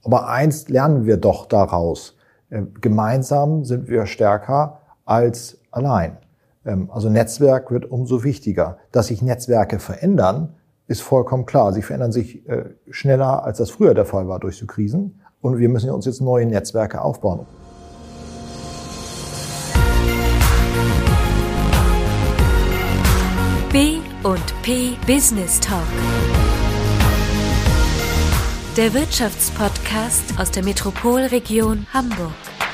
Aber eins lernen wir doch daraus. Gemeinsam sind wir stärker als allein. Also Netzwerk wird umso wichtiger. Dass sich Netzwerke verändern, ist vollkommen klar. Sie verändern sich schneller, als das früher der Fall war durch so Krisen. Und wir müssen uns jetzt neue Netzwerke aufbauen. B&P Business Talk. Der Wirtschaftspodcast aus der Metropolregion Hamburg.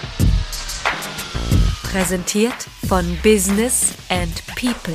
Präsentiert von Business and People.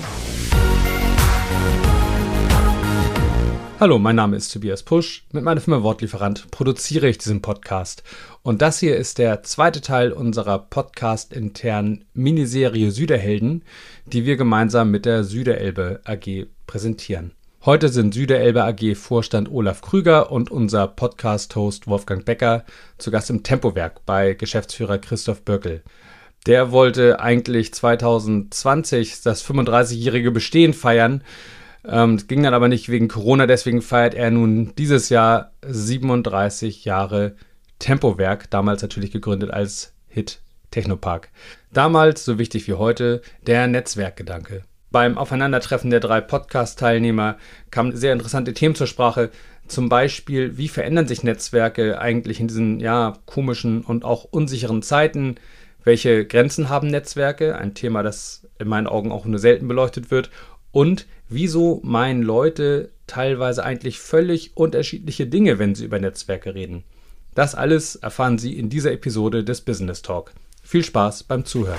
Hallo, mein Name ist Tobias Pusch. Mit meiner Firma Wortlieferant produziere ich diesen Podcast. Und das hier ist der zweite Teil unserer podcast-internen Miniserie Süderhelden, die wir gemeinsam mit der Süderelbe AG präsentieren. Heute sind Süderelbe AG Vorstand Olaf Krüger und unser Podcast-Host Wolfgang Becker zu Gast im Tempowerk bei Geschäftsführer Christoph Böckel. Der wollte eigentlich 2020 das 35-jährige Bestehen feiern. Das ging dann aber nicht wegen Corona, deswegen feiert er nun dieses Jahr 37 Jahre Tempowerk, damals natürlich gegründet als Hit Technopark. Damals, so wichtig wie heute, der Netzwerkgedanke. Beim Aufeinandertreffen der 3 Podcast-Teilnehmer kamen sehr interessante Themen zur Sprache. Zum Beispiel, wie verändern sich Netzwerke eigentlich in diesen komischen und auch unsicheren Zeiten? Welche Grenzen haben Netzwerke? Ein Thema, das in meinen Augen auch nur selten beleuchtet wird. Und wieso meinen Leute teilweise eigentlich völlig unterschiedliche Dinge, wenn sie über Netzwerke reden? Das alles erfahren Sie in dieser Episode des Business Talk. Viel Spaß beim Zuhören.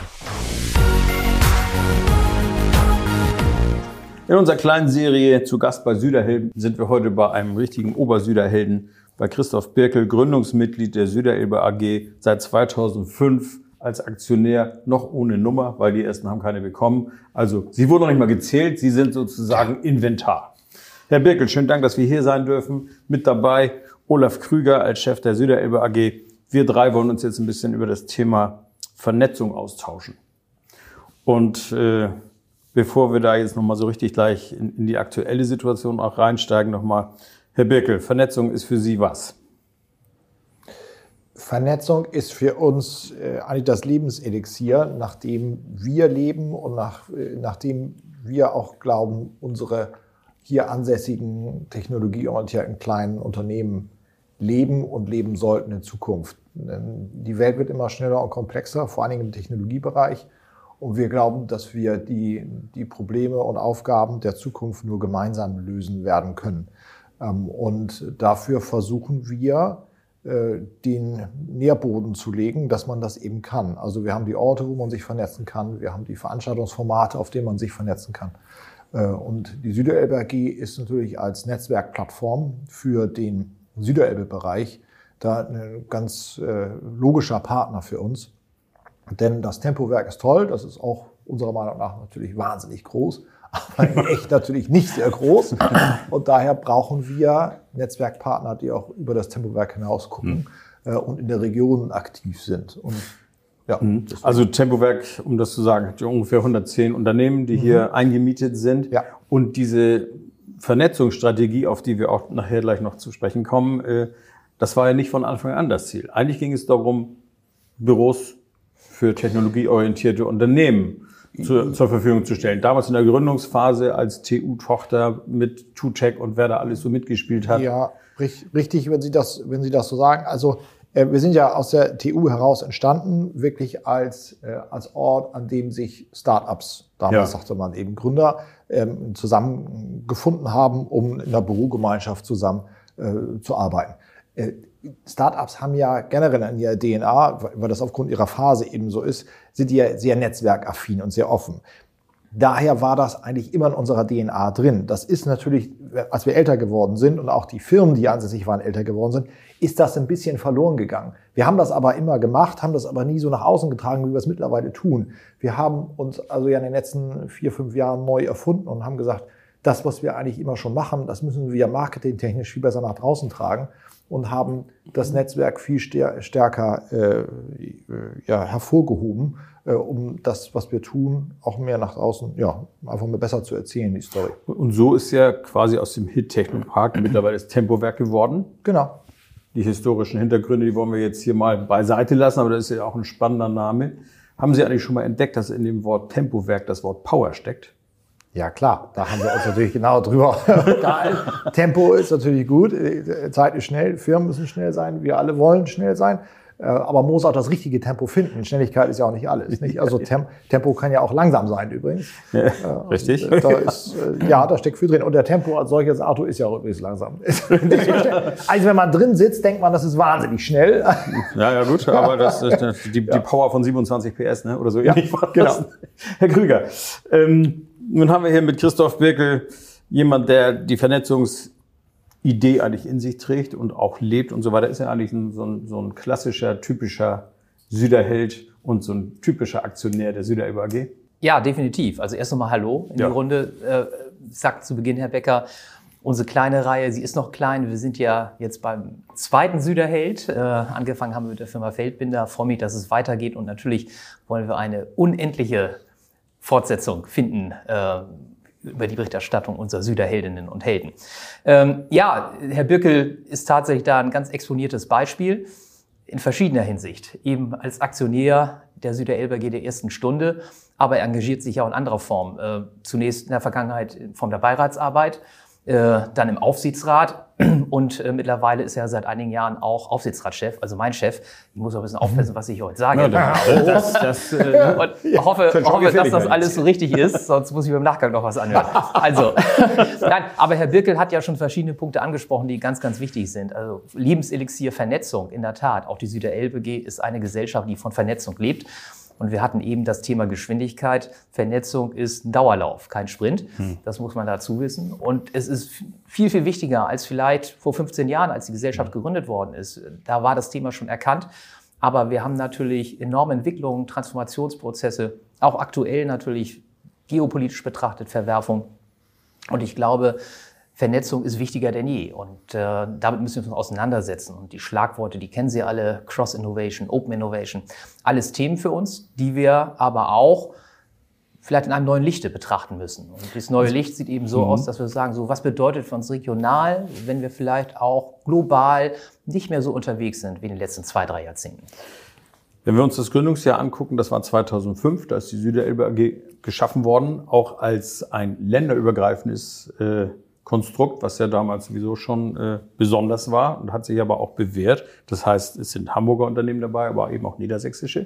In unserer kleinen Serie zu Gast bei Süderhelden sind wir heute bei einem richtigen Obersüderhelden, bei Christoph Böckel, Gründungsmitglied der Süderelbe AG, seit 2005 als Aktionär, noch ohne Nummer, weil die ersten haben keine bekommen. Also Sie wurden noch nicht mal gezählt, Sie sind sozusagen Inventar. Herr Böckel, schönen Dank, dass wir hier sein dürfen. Mit dabei Olaf Krüger als Chef der Süderelbe AG. Wir 3 wollen uns jetzt ein bisschen über das Thema Vernetzung austauschen. Und bevor wir da jetzt nochmal so richtig gleich in die aktuelle Situation auch reinsteigen, nochmal, Herr Böckel, Vernetzung ist für Sie was? Vernetzung ist für uns eigentlich das Lebenselixier, nach dem wir leben und nachdem wir auch glauben, unsere hier ansässigen, technologieorientierten kleinen Unternehmen leben und leben sollten in Zukunft. Die Welt wird immer schneller und komplexer, vor allen Dingen im Technologiebereich. Und wir glauben, dass wir die Probleme und Aufgaben der Zukunft nur gemeinsam lösen werden können. Und dafür versuchen wir, den Nährboden zu legen, dass man das eben kann. Also wir haben die Orte, wo man sich vernetzen kann. Wir haben die Veranstaltungsformate, auf denen man sich vernetzen kann. Und die Süderelbe AG ist natürlich als Netzwerkplattform für den Süderelbe-Bereich da ein ganz logischer Partner für uns. Denn das Tempowerk ist toll, das ist auch unserer Meinung nach natürlich wahnsinnig groß, aber in echt natürlich nicht sehr groß. Und daher brauchen wir Netzwerkpartner, die auch über das Tempowerk hinaus gucken und in der Region aktiv sind. Und ja, also Tempowerk, um das zu sagen, hat ja ungefähr 110 Unternehmen, die hier eingemietet sind. Ja. Und diese Vernetzungsstrategie, auf die wir auch nachher gleich noch zu sprechen kommen, das war ja nicht von Anfang an das Ziel. Eigentlich ging es darum, Büros für technologieorientierte Unternehmen zur Verfügung zu stellen. Damals in der Gründungsphase als TU-Tochter mit TUTech und wer da alles so mitgespielt hat. Ja, richtig, wenn Sie das so sagen. Also wir sind ja aus der TU heraus entstanden, wirklich als Ort, an dem sich Start-ups, damals sagte man eben Gründer, zusammengefunden haben, um in einer Bürogemeinschaft zusammen zu arbeiten. Startups haben ja generell in ihrer DNA, weil das aufgrund ihrer Phase eben so ist, sind die ja sehr netzwerkaffin und sehr offen. Daher war das eigentlich immer in unserer DNA drin. Das ist natürlich, als wir älter geworden sind und auch die Firmen, die ansässig waren, älter geworden sind, ist das ein bisschen verloren gegangen. Wir haben das aber immer gemacht, haben das aber nie so nach außen getragen, wie wir es mittlerweile tun. Wir haben uns also ja in den letzten 4-5 Jahren neu erfunden und haben gesagt, das, was wir eigentlich immer schon machen, das müssen wir marketingtechnisch viel besser nach draußen tragen und haben das Netzwerk viel stärker hervorgehoben, um das, was wir tun, auch mehr nach draußen, einfach mehr besser zu erzählen, die Story. Und so ist ja quasi aus dem Hit Technopark mittlerweile das Tempowerk geworden. Genau. Die historischen Hintergründe, die wollen wir jetzt hier mal beiseite lassen, aber das ist ja auch ein spannender Name. Haben Sie eigentlich schon mal entdeckt, dass in dem Wort Tempowerk das Wort Power steckt? Ja klar, da haben wir uns natürlich genau drüber unterhalten. Tempo ist natürlich gut, Zeit ist schnell, Firmen müssen schnell sein, wir alle wollen schnell sein. Aber man muss auch das richtige Tempo finden. Schnelligkeit ist ja auch nicht alles. Nicht? Also Tempo kann ja auch langsam sein übrigens. Ja, richtig. Da steckt viel drin. Und der Tempo als solches Auto ist ja auch übrigens langsam. Also wenn man drin sitzt, denkt man, das ist wahnsinnig schnell. Ja gut, aber das ist die Power von 27 PS, ne? Oder so ähnlich. Ja, genau. Herr Krüger, nun haben wir hier mit Christoph Birkel jemand, der die Vernetzungsidee eigentlich in sich trägt und auch lebt und so weiter. Ist ja eigentlich so ein klassischer, typischer Süderheld und so ein typischer Aktionär der Süderelbe AG? Ja, definitiv. Also erst nochmal Hallo in die Runde. Sagt zu Beginn Herr Becker, unsere kleine Reihe, sie ist noch klein. Wir sind ja jetzt beim zweiten Süderheld. Angefangen haben wir mit der Firma Feldbinder. Freue mich, dass es weitergeht und natürlich wollen wir eine unendliche Fortsetzung finden über die Berichterstattung unserer Süderheldinnen und Helden. Herr Birkel ist tatsächlich da ein ganz exponiertes Beispiel in verschiedener Hinsicht. Eben als Aktionär der Süderelbe AG der ersten Stunde, aber er engagiert sich ja auch in anderer Form. Zunächst in der Vergangenheit in Form der Beiratsarbeit, dann im Aufsichtsrat und mittlerweile ist er seit einigen Jahren auch Aufsichtsratschef, also mein Chef. Ich muss auch ein bisschen aufpassen, was ich heute sage. Ich hoffe, dass das alles so richtig ist, sonst muss ich mir im Nachgang noch was anhören. Also, nein, aber Herr Birkel hat ja schon verschiedene Punkte angesprochen, die ganz, ganz wichtig sind. Also Lebenselixier Vernetzung, in der Tat. Auch die Süderelbe AG ist eine Gesellschaft, die von Vernetzung lebt. Und wir hatten eben das Thema Geschwindigkeit. Vernetzung ist ein Dauerlauf, kein Sprint. Das muss man dazu wissen. Und es ist viel, viel wichtiger als vielleicht vor 15 Jahren, als die Gesellschaft gegründet worden ist. Da war das Thema schon erkannt. Aber wir haben natürlich enorme Entwicklungen, Transformationsprozesse, auch aktuell natürlich geopolitisch betrachtet Verwerfung. Und ich glaube, Vernetzung ist wichtiger denn je und damit müssen wir uns auseinandersetzen. Und die Schlagworte, die kennen Sie alle, Cross-Innovation, Open Innovation, alles Themen für uns, die wir aber auch vielleicht in einem neuen Lichte betrachten müssen. Und das neue Licht sieht eben so aus, dass wir sagen, so was bedeutet für uns regional, wenn wir vielleicht auch global nicht mehr so unterwegs sind wie in den letzten 2-3 Jahrzehnten. Wenn wir uns das Gründungsjahr angucken, das war 2005, da ist die Süderelbe AG geschaffen worden, auch als ein länderübergreifendes Konstrukt, was ja damals sowieso schon besonders war und hat sich aber auch bewährt. Das heißt, es sind Hamburger Unternehmen dabei, aber eben auch niedersächsische.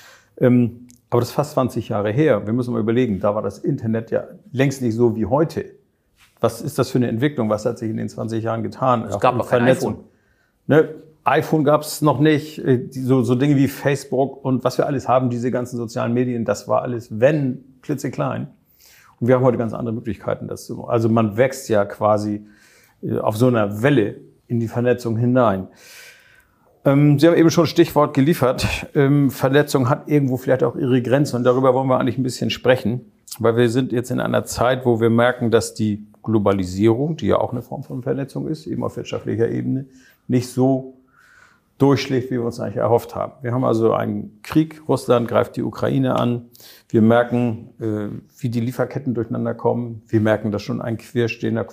Aber das ist fast 20 Jahre her. Wir müssen mal überlegen, da war das Internet ja längst nicht so wie heute. Was ist das für eine Entwicklung? Was hat sich in den 20 Jahren getan? Es gab noch kein iPhone. Ne? iPhone gab es noch nicht. So Dinge wie Facebook und was wir alles haben, diese ganzen sozialen Medien, das war alles, wenn, klitzeklein. Und wir haben heute ganz andere Möglichkeiten. Also man wächst ja quasi auf so einer Welle in die Vernetzung hinein. Sie haben eben schon ein Stichwort geliefert. Vernetzung hat irgendwo vielleicht auch ihre Grenzen und darüber wollen wir eigentlich ein bisschen sprechen. Weil wir sind jetzt in einer Zeit, wo wir merken, dass die Globalisierung, die ja auch eine Form von Vernetzung ist, eben auf wirtschaftlicher Ebene, nicht so durchschlägt, wie wir uns eigentlich erhofft haben. Wir haben also einen Krieg, Russland greift die Ukraine an. Wir merken, wie die Lieferketten durcheinander kommen. Wir merken, dass schon ein querstehender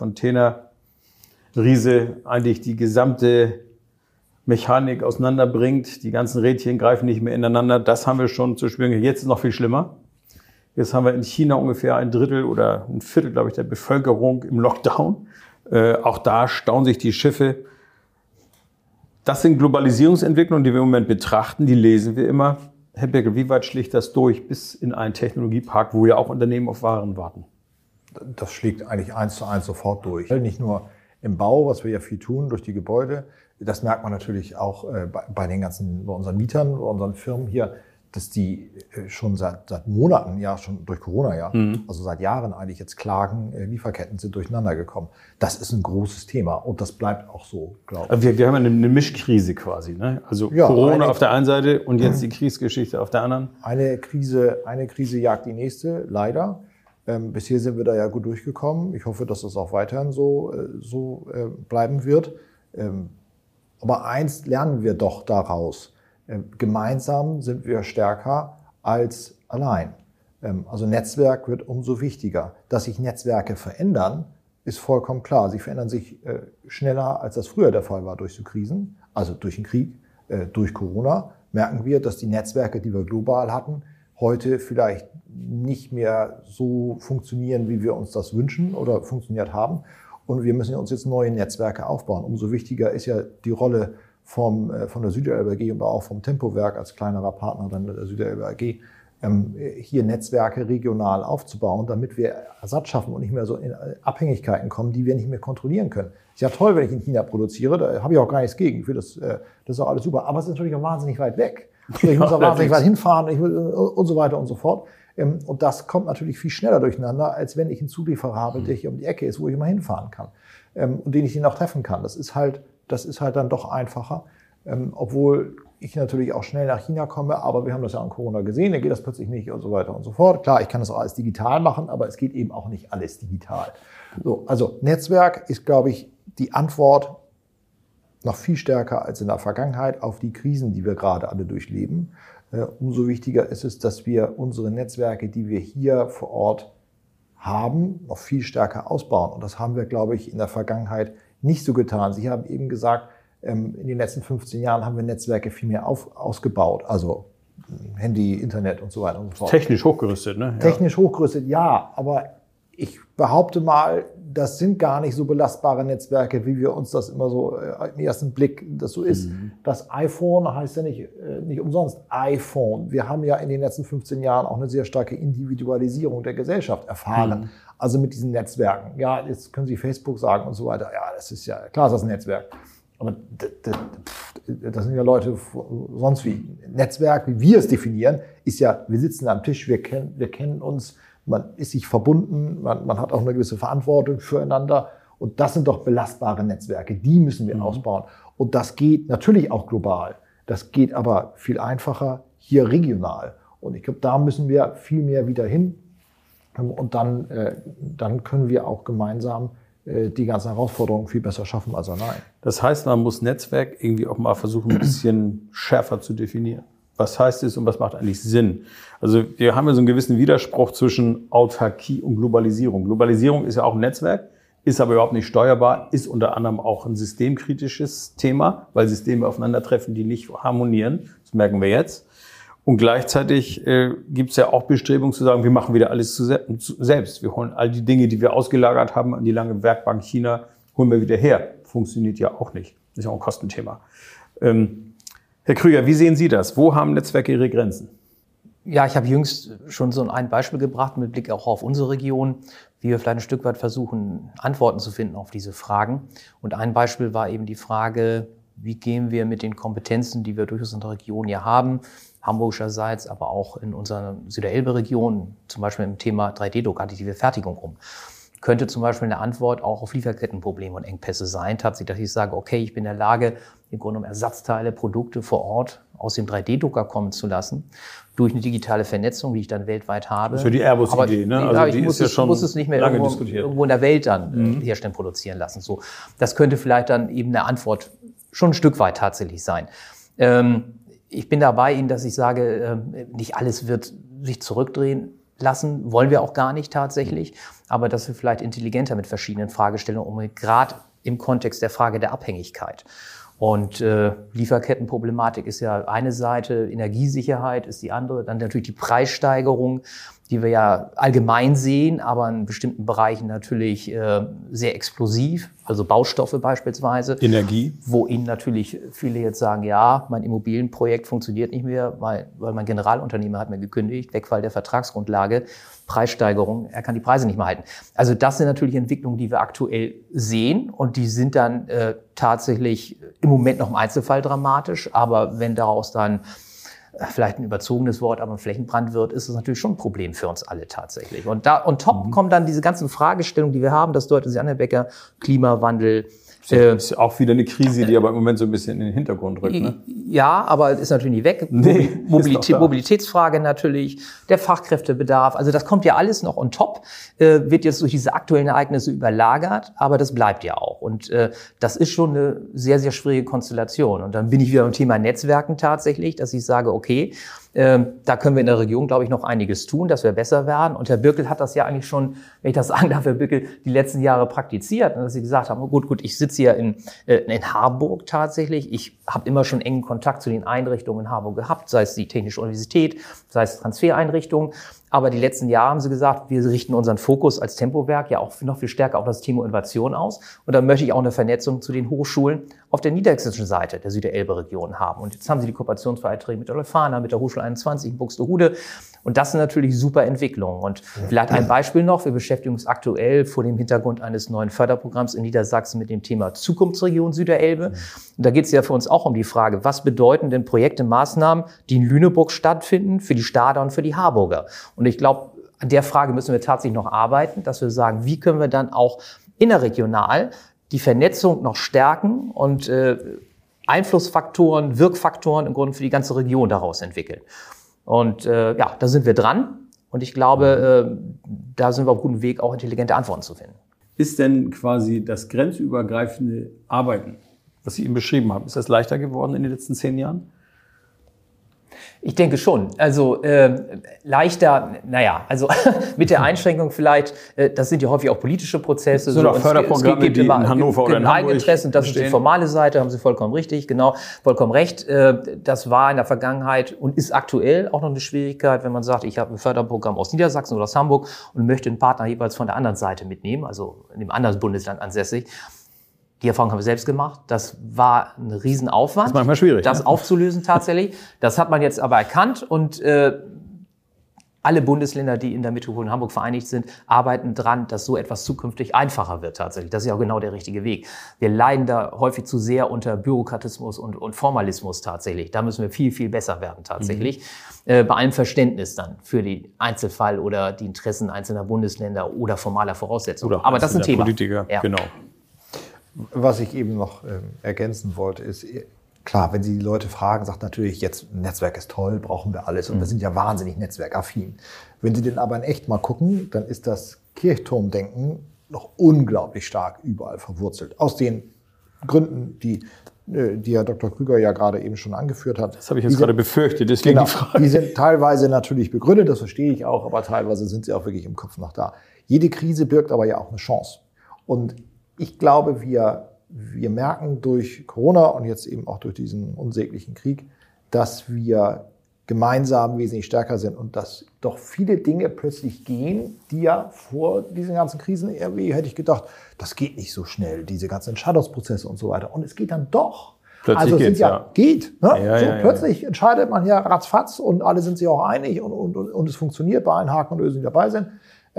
Containerriese eigentlich die gesamte Mechanik auseinanderbringt. Die ganzen Rädchen greifen nicht mehr ineinander. Das haben wir schon zu spüren. Jetzt ist es noch viel schlimmer. Jetzt haben wir in China ungefähr 1/3 oder 1/4, glaube ich, der Bevölkerung im Lockdown. Auch da stauen sich die Schiffe. Das sind Globalisierungsentwicklungen, die wir im Moment betrachten, die lesen wir immer. Herr Birkel, wie weit schlägt das durch bis in einen Technologiepark, wo ja auch Unternehmen auf Waren warten? Das schlägt eigentlich 1:1 sofort durch. Nicht nur im Bau, was wir ja viel tun, durch die Gebäude. Das merkt man natürlich auch bei unseren Mietern, bei unseren Firmen hier, dass die schon seit Monaten, ja schon durch Corona, also seit Jahren eigentlich jetzt klagen, Lieferketten sind durcheinander gekommen. Das ist ein großes Thema und das bleibt auch so, glaube ich. Wir haben eine Mischkrise quasi, ne? Also ja, Corona auf der einen Seite und jetzt die Kriegsgeschichte auf der anderen. Eine Krise jagt die nächste, leider. Bisher sind wir da ja gut durchgekommen. Ich hoffe, dass das auch weiterhin so bleiben wird. Aber eins lernen wir doch daraus. Gemeinsam sind wir stärker als allein. Also Netzwerk wird umso wichtiger. Dass sich Netzwerke verändern, ist vollkommen klar. Sie verändern sich schneller, als das früher der Fall war durch so Krisen. also durch den Krieg, durch Corona, merken wir, dass die Netzwerke, die wir global hatten, heute vielleicht nicht mehr so funktionieren, wie wir uns das wünschen oder funktioniert haben. Und wir müssen uns jetzt neue Netzwerke aufbauen. Umso wichtiger ist ja die Rolle von der Süderelbe AG, aber auch vom Tempowerk als kleinerer Partner dann der Süderelbe AG, hier Netzwerke regional aufzubauen, damit wir Ersatz schaffen und nicht mehr so in Abhängigkeiten kommen, die wir nicht mehr kontrollieren können. Ist ja toll, wenn ich in China produziere, da habe ich auch gar nichts gegen. Das ist auch alles super. Aber es ist natürlich auch wahnsinnig weit weg. Ich muss auch wahnsinnig weit hinfahren und so weiter und so fort. Und das kommt natürlich viel schneller durcheinander, als wenn ich einen Zulieferer habe, der hier um die Ecke ist, wo ich mal hinfahren kann und den ich dann auch treffen kann. Das ist halt dann doch einfacher, obwohl ich natürlich auch schnell nach China komme, aber wir haben das ja an Corona gesehen, dann geht das plötzlich nicht und so weiter und so fort. Klar, ich kann das auch alles digital machen, aber es geht eben auch nicht alles digital. So, also Netzwerk ist, glaube ich, die Antwort noch viel stärker als in der Vergangenheit auf die Krisen, die wir gerade alle durchleben. Umso wichtiger ist es, dass wir unsere Netzwerke, die wir hier vor Ort haben, noch viel stärker ausbauen. Und das haben wir, glaube ich, in der Vergangenheit nicht so getan. Sie haben eben gesagt, in den letzten 15 Jahren haben wir Netzwerke viel mehr ausgebaut. Also Handy, Internet und so weiter und so fort. Technisch hochgerüstet, ne? Ja. Technisch hochgerüstet, ja. Aber ich behaupte mal, das sind gar nicht so belastbare Netzwerke, wie wir uns das immer so im ersten Blick das so ist. Das iPhone heißt ja nicht umsonst iPhone. Wir haben ja in den letzten 15 Jahren auch eine sehr starke Individualisierung der Gesellschaft erfahren. Also mit diesen Netzwerken. Ja, jetzt können Sie Facebook sagen und so weiter. Ja, das ist ja, klar ist das ein Netzwerk. Aber das sind ja Leute sonst wie. Netzwerk, wie wir es definieren, ist ja, wir sitzen am Tisch, wir kennen uns, man ist sich verbunden, man hat auch eine gewisse Verantwortung füreinander. Und das sind doch belastbare Netzwerke, die müssen wir ausbauen. Und das geht natürlich auch global. Das geht aber viel einfacher hier regional. Und ich glaube, da müssen wir viel mehr wieder hin. Und dann können wir auch gemeinsam die ganzen Herausforderungen viel besser schaffen als allein. Das heißt, man muss Netzwerk irgendwie auch mal versuchen, ein bisschen schärfer zu definieren. Was heißt es und was macht eigentlich Sinn? Also wir haben ja so einen gewissen Widerspruch zwischen Autarkie und Globalisierung. Globalisierung ist ja auch ein Netzwerk, ist aber überhaupt nicht steuerbar, ist unter anderem auch ein systemkritisches Thema, weil Systeme aufeinandertreffen, die nicht harmonieren. Das merken wir jetzt. Und gleichzeitig gibt es ja auch Bestrebungen zu sagen, wir machen wieder alles selbst. Wir holen all die Dinge, die wir ausgelagert haben an die lange Werkbank China, holen wir wieder her. Funktioniert ja auch nicht. Ist ja auch ein Kostenthema. Herr Krüger, wie sehen Sie das? Wo haben Netzwerke ihre Grenzen? Ja, ich habe jüngst schon so ein Beispiel gebracht mit Blick auch auf unsere Region, wie wir vielleicht ein Stück weit versuchen, Antworten zu finden auf diese Fragen. Und ein Beispiel war eben die Frage, wie gehen wir mit den Kompetenzen, die wir durchaus in der Region hier haben, hamburgischerseits, aber auch in unserer Süderelbe-Region, zum Beispiel im Thema 3D-Druck, additive Fertigung um. Könnte zum Beispiel eine Antwort auch auf Lieferkettenprobleme und Engpässe sein, tatsächlich, dass ich sage, okay, ich bin in der Lage, im Grunde genommen Ersatzteile, Produkte vor Ort aus dem 3D-Drucker kommen zu lassen, durch eine digitale Vernetzung, die ich dann weltweit habe. Das ist für die Airbus-Idee, ne? Also ich muss es nicht mehr irgendwo in der Welt dann herstellen, produzieren lassen. So, das könnte vielleicht dann eben eine Antwort schon ein Stück weit tatsächlich sein. Ich bin dabei Ihnen, dass ich sage, nicht alles wird sich zurückdrehen lassen, wollen wir auch gar nicht tatsächlich, aber dass wir vielleicht intelligenter mit verschiedenen Fragestellungen umgehen, gerade im Kontext der Frage der Abhängigkeit. Und Lieferkettenproblematik ist ja eine Seite, Energiesicherheit ist die andere, dann natürlich die Preissteigerung, die wir ja allgemein sehen, aber in bestimmten Bereichen natürlich sehr explosiv, also Baustoffe beispielsweise. Energie. Wo Ihnen natürlich viele jetzt sagen, ja, mein Immobilienprojekt funktioniert nicht mehr, weil mein Generalunternehmer hat mir gekündigt, Wegfall der Vertragsgrundlage, Preissteigerung, er kann die Preise nicht mehr halten. Also das sind natürlich Entwicklungen, die wir aktuell sehen und die sind dann tatsächlich im Moment noch im Einzelfall dramatisch, aber wenn daraus dann vielleicht ein überzogenes Wort, aber ein Flächenbrand wird, ist es natürlich schon ein Problem für uns alle tatsächlich. Und da on top kommen dann diese ganzen Fragestellungen, die wir haben, das deutet Sie an, Herr Becker, Klimawandel. Ist auch wieder eine Krise, die aber im Moment so ein bisschen in den Hintergrund rückt. Ne? Ja, aber ist natürlich nicht weg. Nee, Mobilitätsfrage natürlich, der Fachkräftebedarf. Also das kommt ja alles noch on top, wird jetzt durch diese aktuellen Ereignisse überlagert, aber das bleibt ja auch. Und das ist schon eine sehr, sehr schwierige Konstellation. Und dann bin ich wieder beim Thema Netzwerken tatsächlich, dass ich sage, okay, Da können wir in der Region, glaube ich, noch einiges tun, dass wir besser werden. Und Herr Birkel hat das ja eigentlich schon, wenn ich das sagen darf, Herr Birkel, die letzten Jahre praktiziert. Und dass Sie gesagt haben, gut, ich sitze hier in Harburg tatsächlich. Ich habe immer schon engen Kontakt zu den Einrichtungen in Harburg gehabt, sei es die Technische Universität, sei es Transfereinrichtungen. Aber die letzten Jahre haben Sie gesagt, wir richten unseren Fokus als Tempowerk ja auch noch viel stärker auf das Thema Innovation aus. Und da möchte ich auch eine Vernetzung zu den Hochschulen auf der niedersächsischen Seite der Süderelbe-Region haben. Und jetzt haben Sie die Kooperationsverträge mit der Leuphana, mit der Hochschule 21 in Buxtehude. Und das sind natürlich super Entwicklungen. Und vielleicht ein Beispiel noch. Wir beschäftigen uns aktuell vor dem Hintergrund eines neuen Förderprogramms in Niedersachsen mit dem Thema Zukunftsregion Süderelbe. Und da geht es ja für uns auch um die Frage, was bedeuten denn Projekte, Maßnahmen, die in Lüneburg stattfinden, für die Stader und für die Harburger? Und ich glaube, an der Frage müssen wir tatsächlich noch arbeiten, dass wir sagen, wie können wir dann auch innerregional die Vernetzung noch stärken und Einflussfaktoren, Wirkfaktoren im Grunde für die ganze Region daraus entwickeln. Und da sind wir dran. Und ich glaube, da sind wir auf gutem Weg, auch intelligente Antworten zu finden. Ist denn quasi das grenzübergreifende Arbeiten, was Sie eben beschrieben haben, ist das leichter geworden in den letzten 10 Jahren? Ich denke schon. Also leichter, also mit der Einschränkung vielleicht, das sind ja häufig auch politische Prozesse. So Förderprogramme, die in Hannover oder in Hamburg Eigeninteressen, das ist die formale Seite, haben Sie vollkommen richtig, genau, vollkommen recht. Das war in der Vergangenheit und ist aktuell auch noch eine Schwierigkeit, wenn man sagt, ich habe ein Förderprogramm aus Niedersachsen oder aus Hamburg und möchte einen Partner jeweils von der anderen Seite mitnehmen, also in dem anderen Bundesland ansässig. Die Erfahrung haben wir selbst gemacht. Das war ein Riesenaufwand. Das ist manchmal schwierig. Das aufzulösen tatsächlich. Das hat man jetzt aber erkannt und alle Bundesländer, die in der Metropole Hamburg vereinigt sind, arbeiten dran, dass so etwas zukünftig einfacher wird tatsächlich. Das ist ja auch genau der richtige Weg. Wir leiden da häufig zu sehr unter Bürokratismus und Formalismus tatsächlich. Da müssen wir viel, viel besser werden tatsächlich. Bei allem Verständnis dann für den Einzelfall oder die Interessen einzelner Bundesländer oder formaler Voraussetzungen. Oder aber das ist ein Thema. Politiker, ja. Genau. Was ich eben noch ergänzen wollte, ist, klar, wenn Sie die Leute fragen, sagt natürlich, jetzt ein Netzwerk ist toll, brauchen wir alles. Und wir sind ja wahnsinnig netzwerkaffin. Wenn Sie denn aber in echt mal gucken, dann ist das Kirchturmdenken noch unglaublich stark überall verwurzelt. Aus den Gründen, die Herr Dr. Krüger ja gerade eben schon angeführt hat. Das habe ich jetzt gerade befürchtet, deswegen genau, die Frage. Die sind teilweise natürlich begründet, das verstehe ich auch, aber teilweise sind sie auch wirklich im Kopf noch da. Jede Krise birgt aber ja auch eine Chance. Und ich glaube, wir merken durch Corona und jetzt eben auch durch diesen unsäglichen Krieg, dass wir gemeinsam wesentlich stärker sind und dass doch viele Dinge plötzlich gehen, die ja vor diesen ganzen Krisen irgendwie, hätte ich gedacht, das geht nicht so schnell, diese ganzen Entscheidungsprozesse und so weiter. Und es geht dann doch. Plötzlich also geht's, ja. Geht. Ne? Ja, plötzlich entscheidet man ja ratzfatz und alle sind sich auch einig und es funktioniert bei allen Haken und Ösen, die dabei sind.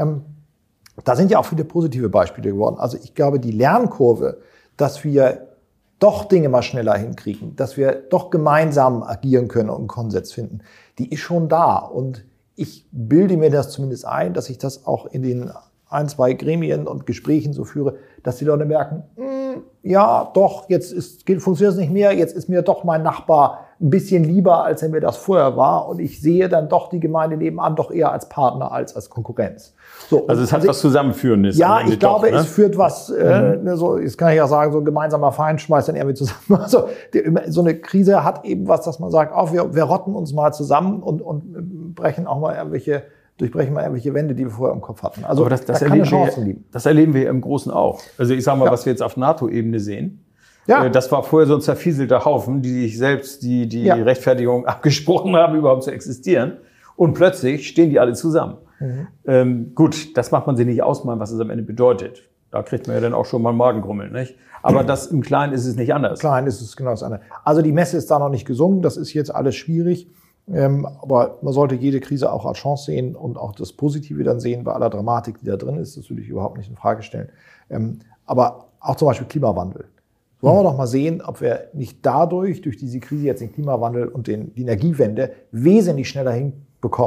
Da sind ja auch viele positive Beispiele geworden. Also ich glaube, die Lernkurve, dass wir doch Dinge mal schneller hinkriegen, dass wir doch gemeinsam agieren können und einen Konsens finden, die ist schon da. Und ich bilde mir das zumindest ein, dass ich das auch in den 1, 2 Gremien und Gesprächen so führe, dass die Leute merken, ja, doch, jetzt funktioniert es nicht mehr, jetzt ist mir doch mein Nachbar ein bisschen lieber, als er mir das vorher war. Und ich sehe dann doch die Gemeinde nebenan doch eher als Partner als Konkurrenz. So, also es hat was Zusammenführendes. Ja, ich glaube, es führt was, jetzt kann ich ja sagen, so ein gemeinsamer Feind schmeißt dann irgendwie zusammen. Also so eine Krise hat eben was, dass man sagt, wir rotten uns mal zusammen und durchbrechen mal irgendwelche Wände, die wir vorher im Kopf hatten. Also aber das erleben wir im Großen auch. Also ich sage mal, was wir jetzt auf NATO-Ebene sehen, das war vorher so ein zerfieselter Haufen, die sich selbst die Rechtfertigung abgesprochen haben, überhaupt zu existieren. Und plötzlich stehen die alle zusammen. Gut, das macht man sich nicht ausmalen, was es am Ende bedeutet. Da kriegt man ja dann auch schon mal Magengrummeln, nicht? Aber das im Kleinen ist es nicht anders. Im Kleinen ist es genau das andere. Also die Messe ist da noch nicht gesungen, das ist jetzt alles schwierig. Aber man sollte jede Krise auch als Chance sehen und auch das Positive dann sehen bei aller Dramatik, die da drin ist. Das würde ich überhaupt nicht in Frage stellen. Aber auch zum Beispiel Klimawandel. Wollen wir doch mal sehen, ob wir nicht durch diese Krise jetzt den Klimawandel und die Energiewende wesentlich schneller hinbekommen,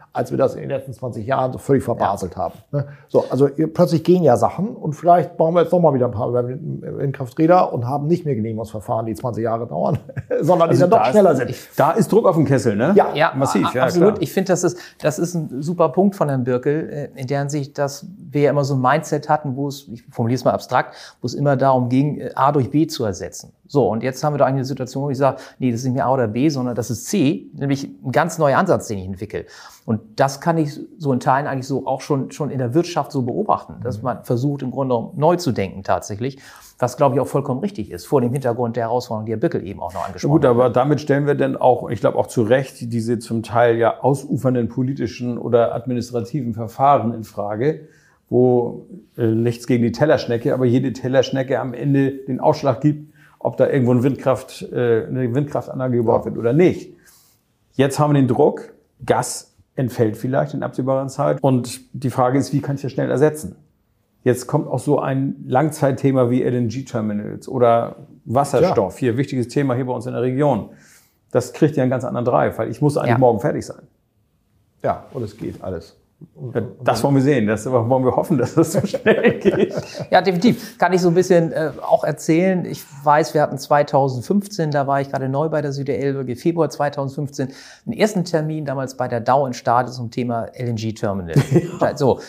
als wir das in den letzten 20 Jahren so völlig verbaselt haben. Ne? So, also plötzlich gehen ja Sachen und vielleicht bauen wir jetzt nochmal wieder ein paar Windkrafträder und haben nicht mehr Genehmigungsverfahren, die 20 Jahre dauern, sondern die dann doch schneller sind. Da ist Druck auf dem Kessel, ne? Ja, massiv. Ja, absolut. klar. Ich finde, das ist ein super Punkt von Herrn Birkel, in der Hinsicht, dass wir ja immer so ein Mindset hatten, wo es, ich formuliere es mal abstrakt, wo es immer darum ging, A durch B zu ersetzen. So, und jetzt haben wir da eigentlich eine Situation, wo ich sage, nee, das ist nicht mehr A oder B, sondern das ist C, nämlich ein ganz neuer Ansatz, den ich entwickle. Und das kann ich so in Teilen eigentlich so auch schon in der Wirtschaft so beobachten, dass man versucht, im Grunde genommen neu zu denken tatsächlich, was, glaube ich, auch vollkommen richtig ist, vor dem Hintergrund der Herausforderung, die Herr Birkel eben auch noch angesprochen hat. Gut, aber damit stellen wir dann auch, ich glaube auch zu Recht, diese zum Teil ja ausufernden politischen oder administrativen Verfahren in Frage, wo nichts gegen die Tellerschnecke, aber jede Tellerschnecke am Ende den Ausschlag gibt, ob da irgendwo eine Windkraftanlage gebaut wird oder nicht. Jetzt haben wir den Druck, Gas entfällt vielleicht in absehbarer Zeit. Und die Frage ist, wie kann ich das schnell ersetzen? Jetzt kommt auch so ein Langzeitthema wie LNG-Terminals oder Wasserstoff. Hier, wichtiges Thema hier bei uns in der Region. Das kriegt ja einen ganz anderen Drive, weil ich muss eigentlich morgen fertig sein. Ja, und es geht alles. Das wollen wir sehen. Das wollen wir hoffen, dass das so schnell geht. Ja, definitiv. Kann ich so ein bisschen auch erzählen. Ich weiß, wir hatten 2015, da war ich gerade neu bei der Süderelbe, Februar 2015, einen ersten Termin damals bei der DAU in Stade zum Thema LNG-Terminal. So,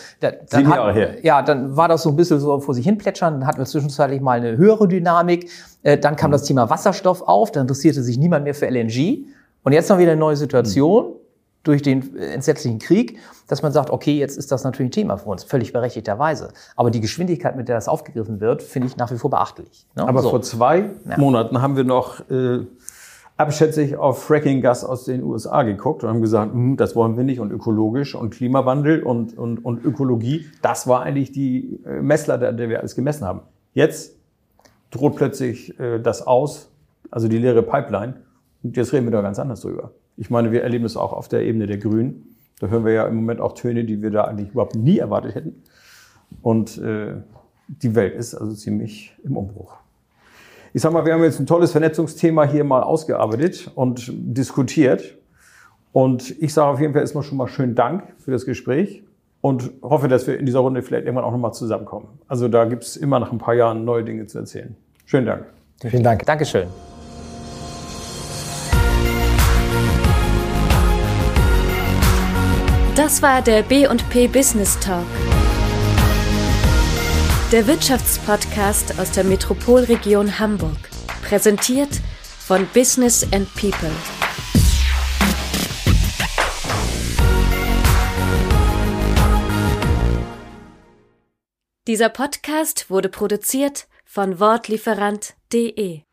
dann war das so ein bisschen so vor sich hin plätschern. Dann hatten wir zwischenzeitlich mal eine höhere Dynamik. Dann kam das Thema Wasserstoff auf. Dann interessierte sich niemand mehr für LNG. Und jetzt haben wir wieder eine neue Situation. Durch den entsetzlichen Krieg, dass man sagt, okay, jetzt ist das natürlich ein Thema für uns, völlig berechtigterweise. Aber die Geschwindigkeit, mit der das aufgegriffen wird, finde ich nach wie vor beachtlich. Ne? Aber vor 2 Monaten haben wir noch abschätzig auf Fracking-Gas aus den USA geguckt und haben gesagt, das wollen wir nicht und ökologisch und Klimawandel und Ökologie, das war eigentlich die Messlatte, der wir alles gemessen haben. Jetzt droht plötzlich das aus, also die leere Pipeline, und jetzt reden wir da ganz anders drüber. Ich meine, wir erleben das auch auf der Ebene der Grünen. Da hören wir ja im Moment auch Töne, die wir da eigentlich überhaupt nie erwartet hätten. Und die Welt ist also ziemlich im Umbruch. Ich sag mal, wir haben jetzt ein tolles Vernetzungsthema hier mal ausgearbeitet und diskutiert. Und ich sage auf jeden Fall erstmal schon mal schönen Dank für das Gespräch und hoffe, dass wir in dieser Runde vielleicht irgendwann auch nochmal zusammenkommen. Also da gibt es immer nach ein paar Jahren neue Dinge zu erzählen. Schönen Dank. Vielen Dank. Dankeschön. Das war der B&P Business Talk, der Wirtschaftspodcast aus der Metropolregion Hamburg, präsentiert von Business and People. Dieser Podcast wurde produziert von Wortlieferant.de.